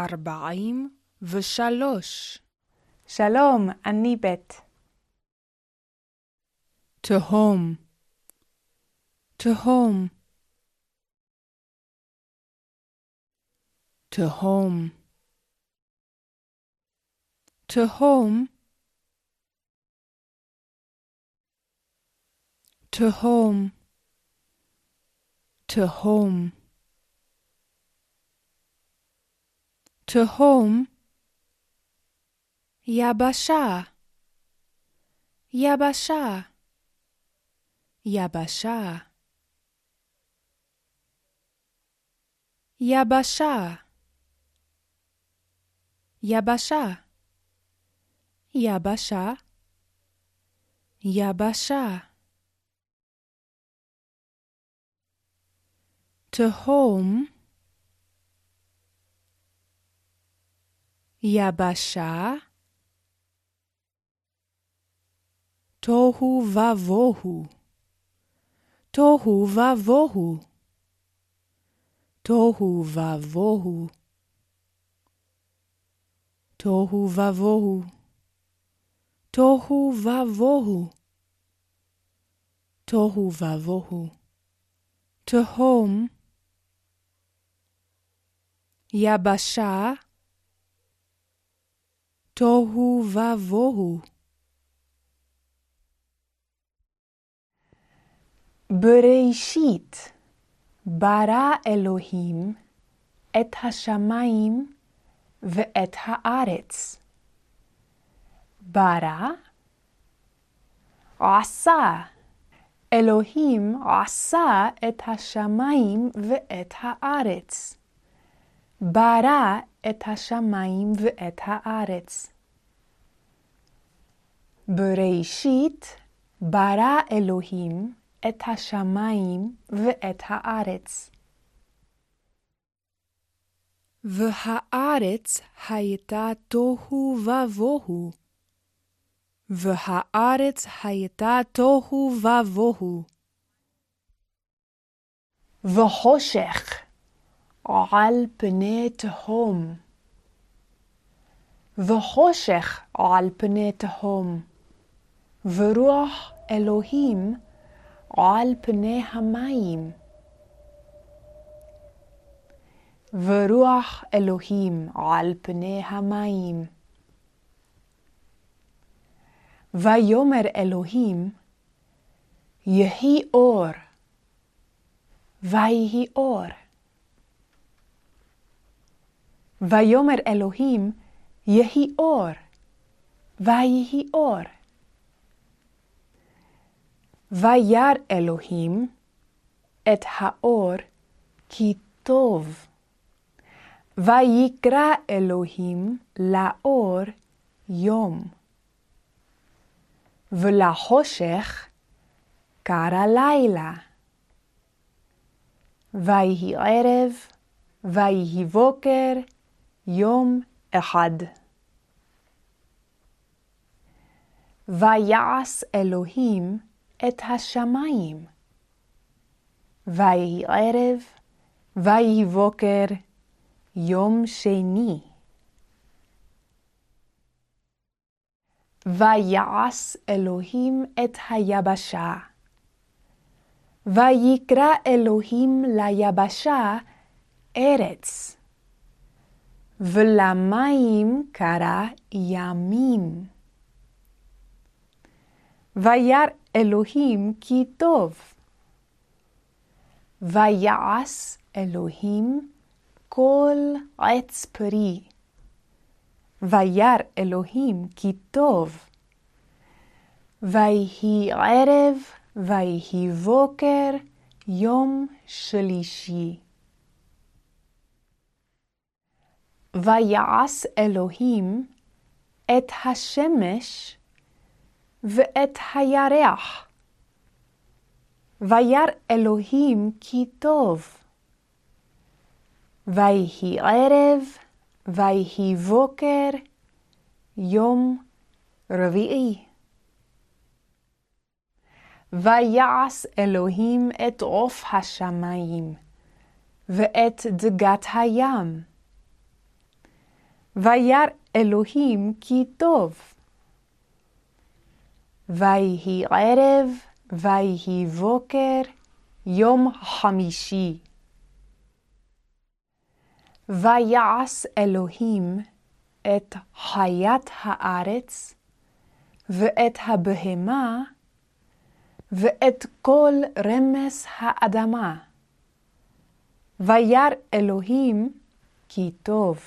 43. שלום, אני בית. תהום, תהום, תהום, תהום, תהום, תהום, תהום, יבשה, יבשה, יבשה, יבשה, יבשה, יבשה, יבשה, תהום, יבשה, תוהו ובוהו, תוהו ובוהו, תוהו ובוהו, תוהו ובוהו, תוהו ובוהו, תוהו ובוהו, תהום, יבשה, תוהו ובוהו. בראשית ברא אלוהים את השמיים ואת הארץ. ברא, עשה. אלוהים עשה את השמיים ואת הארץ. ברא את השמיים ואת הארץ. בראשית ברא אלוהים את השמיים ואת הארץ. והארץ הייתה תוהו ובוהו. והארץ הייתה תוהו ובוהו. וחושך על פני תהום. וחושך על פני תהום. ורוח אלוהים על פני המים. ורוח אלוהים על פני המים. ויאמר אלוהים, יהי אור. ויהי אור. ויאמר אלוהים, יהי אור. ויהי אור. וירא אלוהים את האור כי טוב. ויקרא אלוהים לאור יום. ולחושך קרא לילה. ויהי ערב, ויהי בוקר, יום אחד. ויעש אלוהים את השמיים. ויהי ערב, ויהי בוקר, יום שני. ויעש אלוהים את היבשה. ויקרא אלוהים ליבשה ארץ. ולמים קרא ימים. וירא אלוהים כי טוב. ויעש אלוהים כל עץ פרי. וירא אלוהים כי טוב. ויהי ערב, ויהי בוקר, יום שלישי. ויעש אלוהים את השמש ואת הירח. וירא אלוהים כי טוב. ויהי ערב, ויהי בוקר, יום רביעי. ויעש אלוהים את עוף השמיים, ואת דגת הים, וירא אלוהים כי טוב. ויהי ערב, ויהי בוקר, יום חמישי. ויעש אלוהים את חיית הארץ, ואת הבהמה, ואת כל רמס האדמה. וירא אלוהים כי טוב.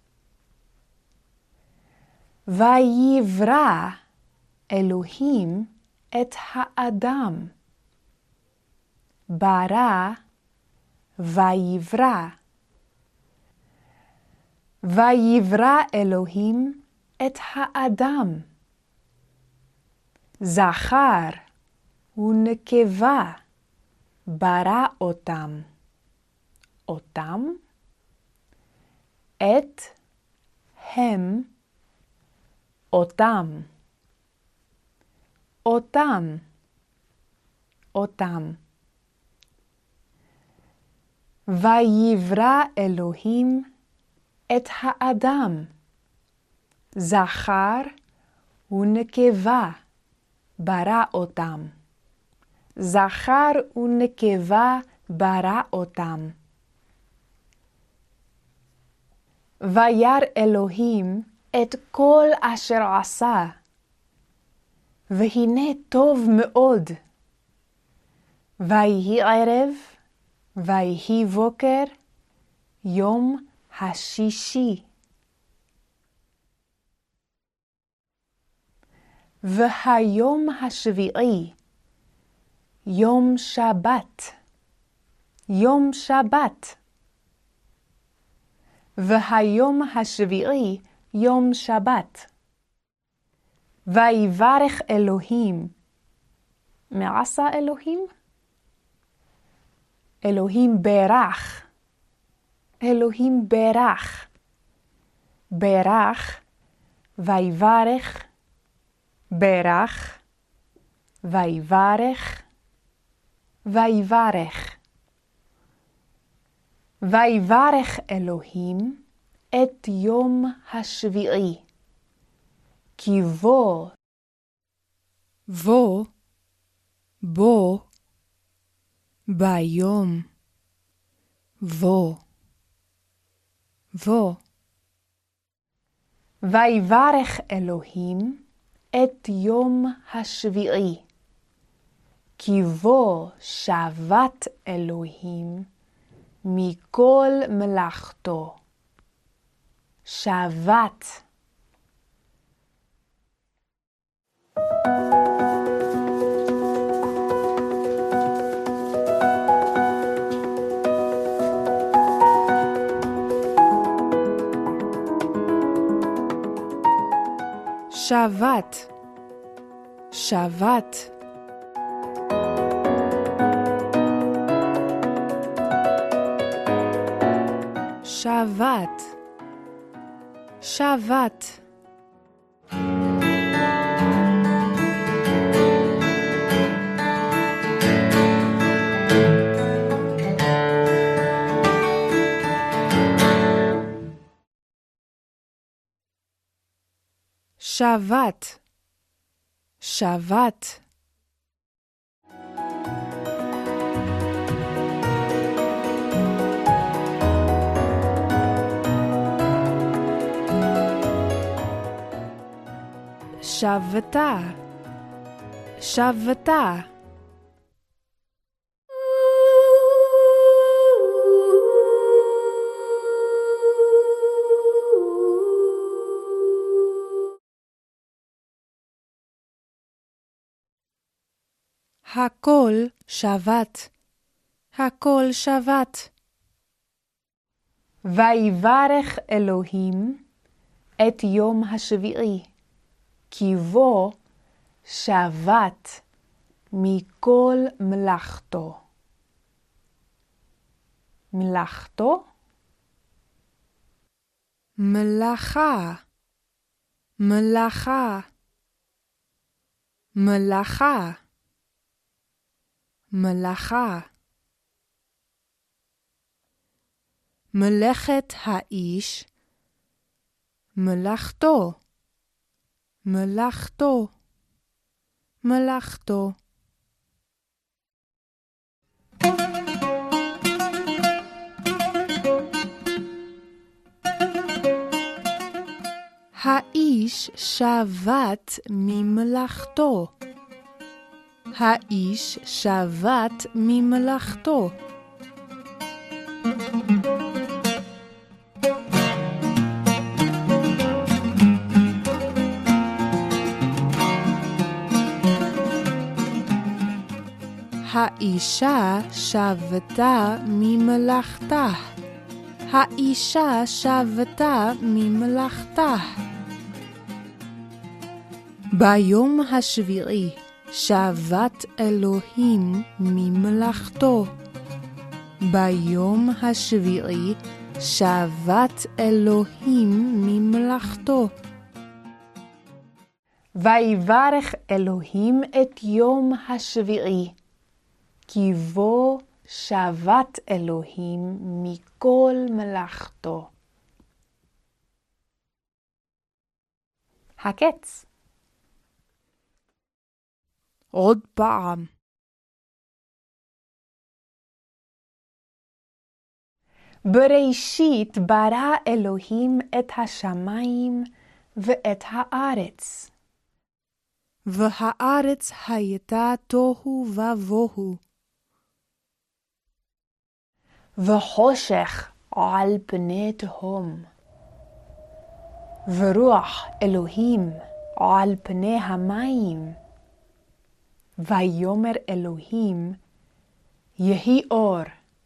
ויברא אלוהים את האדם. ברא ויברא. ויברא אלוהים את האדם. זכר ונקבה ברא אותם. אותם, את, הם, אותם. אותם, אותם. ויברא אלוהים את האדם. זכר ונקבה ברא אותם. זכר ונקבה ברא אותם. וירא אלוהים את כל אשר עשה, והנה טוב מאוד. ויהי ערב, ויהי בוקר, יום השישי. והיום השביעי, יום שבת. יום שבת. והיום השביעי, יום שבת. ויברך אלוהים. מה עשה אלוהים? אלוהים ברך. אלוהים ברך. ברך, ויברך. ברך, ויברך. ויברך. ויברך אלוהים את יום השביעי, כי בו, בו, בו, ביום, בו, בו. ויברך אלוהים את יום השביעי, כי בו שבת אלוהים מכל מלאכתו. שבת. שבת, שבת. שבת, שבת. שבת, שבת. שבתה, שבתה. הכל שבת, הכל שבת. ויברך אלוהים את יום השביעי, כי בו שבת מכל מלאכתו. מלאכתו? מלאכה, מלאכה, מלאכה, מלאכה. מלאכת האיש מלאכתו, מלאכתו, מלאכתו. האיש שבת ממלאכתו. האיש שבת ממלאכתו. האישה שבתה ממלאכתה. האישה שבתה ממלאכתה. ביום השביעי שבת אלוהים ממלאכתו. ביום השביעי שבת אלוהים ממלאכתו. ויברך אלוהים את יום השביעי, כי בו שבת אלוהים מכל מלאכתו. הקץ. עוד פעם. בראשית ברא אלוהים את השמיים ואת הארץ. והארץ הייתה תוהו ובוהו. וחושך על פני תהום. ורוח אלוהים על פני המים. ויאמר אלוהים, יהי אור.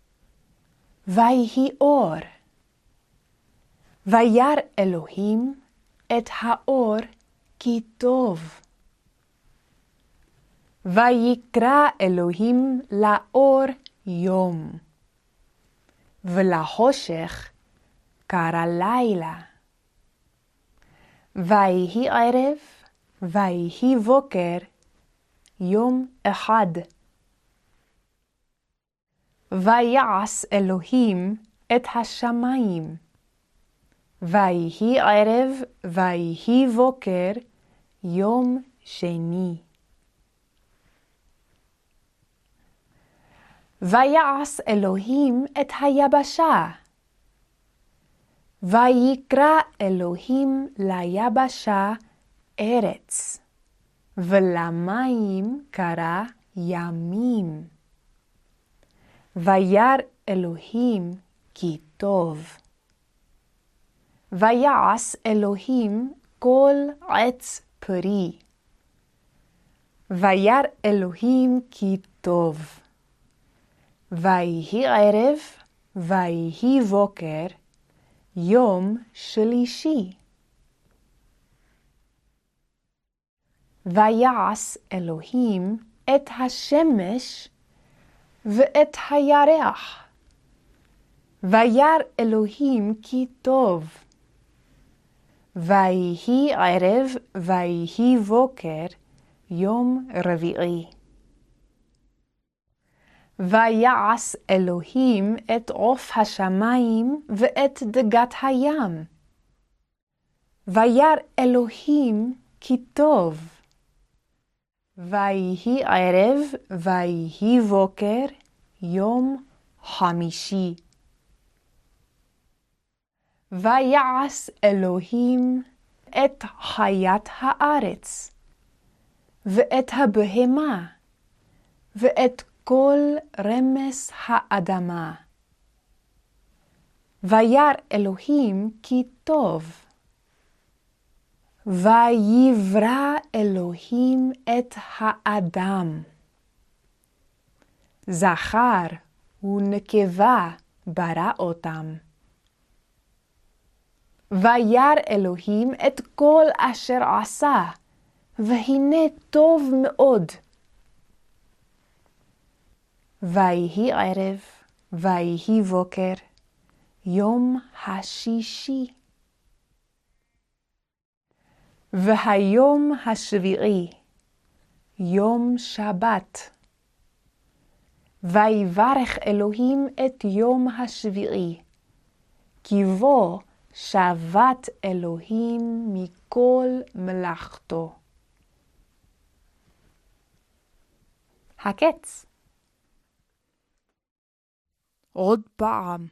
ויהי אור. וירא אלוהים את האור כי טוב. ויקרא אלוהים לאור יום. ולחושך קרא לילה. ויהי ערב, ויהי בוקר, יום אחד. ויעש אלוהים את השמיים. ויהי ערב, ויהי בוקר, יום שני. ויעש אלוהים את היבשה. ויקרא אלוהים ליבשה ארץ, ולמים קרא ימים. וירא אלוהים כי טוב. ויעש אלוהים כל עץ פרי. וירא אלוהים כי טוב. ויהי ערב, ויהי בוקר, יום שלישי. ויעש אלוהים את השמש ואת הירח. וירא אלוהים כי טוב. ויהי ערב, ויהי בוקר, יום רביעי. ויעש אלוהים את עוף השמיים ואת דגת הים. וירא אלוהים כי טוב. ויהי ערב, ויהי בוקר, יום חמישי. ויעש אלוהים את חיית הארץ, ואת הבהמה, ואת כל רמס האדמה. וירא אלוהים כי טוב. ויברא אלוהים את האדם. זכר ונקבה ברא אותם. וירא אלוהים את כל אשר עשה, והנה טוב מאוד. ויהי ערב, ויהי בוקר, יום השישי. והיום השביעי, יום שבת. ויברך אלוהים את יום השביעי, כי בו שבת אלוהים מכל מלאכתו. הקץ. עוד פעם.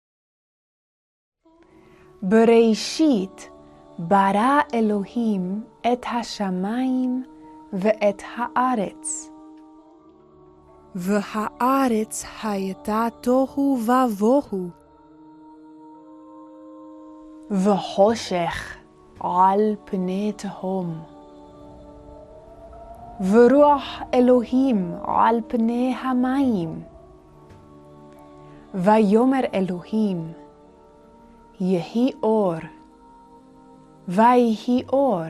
בראשית ברא אלוהים את השמיים ואת הארץ. והארץ הייתה תוהו ובוהו. וחושך על פני תהום. ורוח אלוהים על פני המים. ויאמר אלוהים, יהי אור. ויהי אור.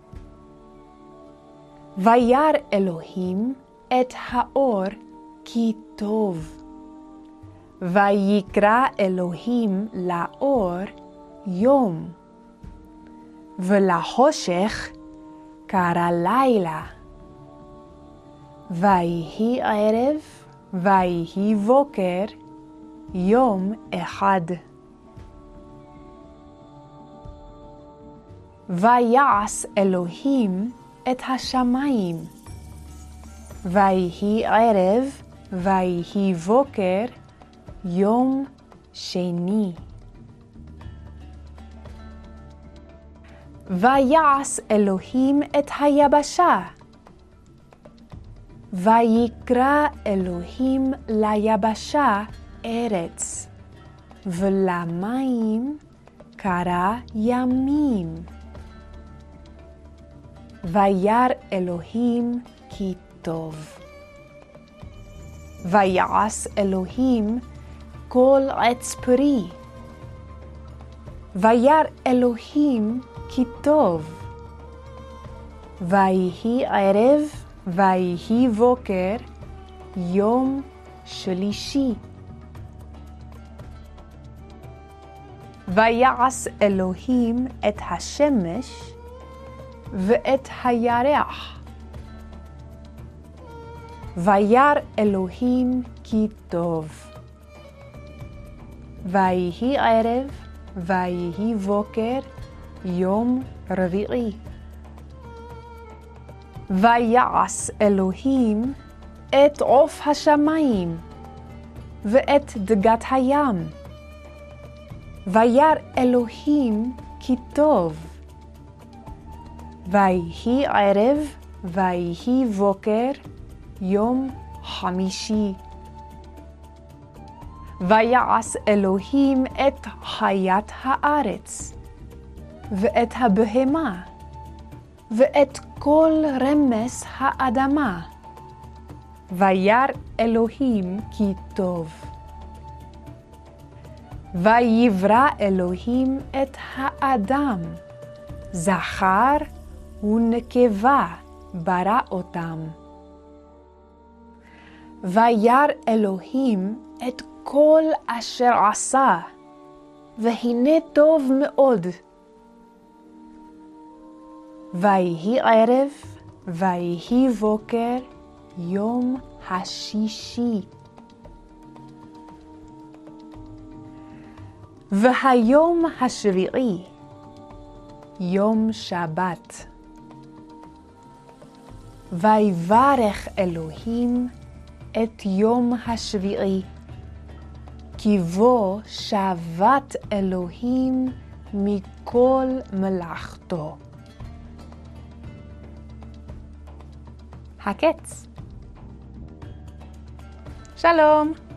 וירא אלוהים את האור כי טוב. ויקרא אלוהים לאור יום. ולחושך קרא לילה. ויהי ערב ויהי בוקר יום אחד. ויעש אלוהים את השמיים. ויהי ערב ויהי בוקר יום שני. ויעש אלוהים את היבשה. ויקרא אלוהים ליבשה ארץ, ולמים קרא ימים. וירא אלוהים כי טוב. ויעש אלוהים כל עץ פרי. וירא אלוהים כי טוב. ויהי ערב ויהי בוקר יום שלישי. ויעש אלוהים את השמש ואת הירח. וירא אלוהים כי טוב. ויהי ערב ויהי בוקר יום רביעי. ויעש אלוהים את עוף השמיים ואת דגת הים. וירא אלוהים כי טוב. ויהי ערב ויהי בוקר יום חמישי. ויעש אלוהים את חיית הארץ ואת הבהמה ואת כל רמס האדמה. וירא אלוהים כי טוב. ויברא אלוהים את האדם, זכר ונקבה ברא אותם. וירא אלוהים את כל אשר עשה, והנה טוב מאוד. ויהי ערב ויהי בוקר יום השישי. והיום השביעי יום שבת. ויברך אלוהים את יום השביעי, כי בו שבת אלוהים מכל מלאכתו. הקץ. שלום.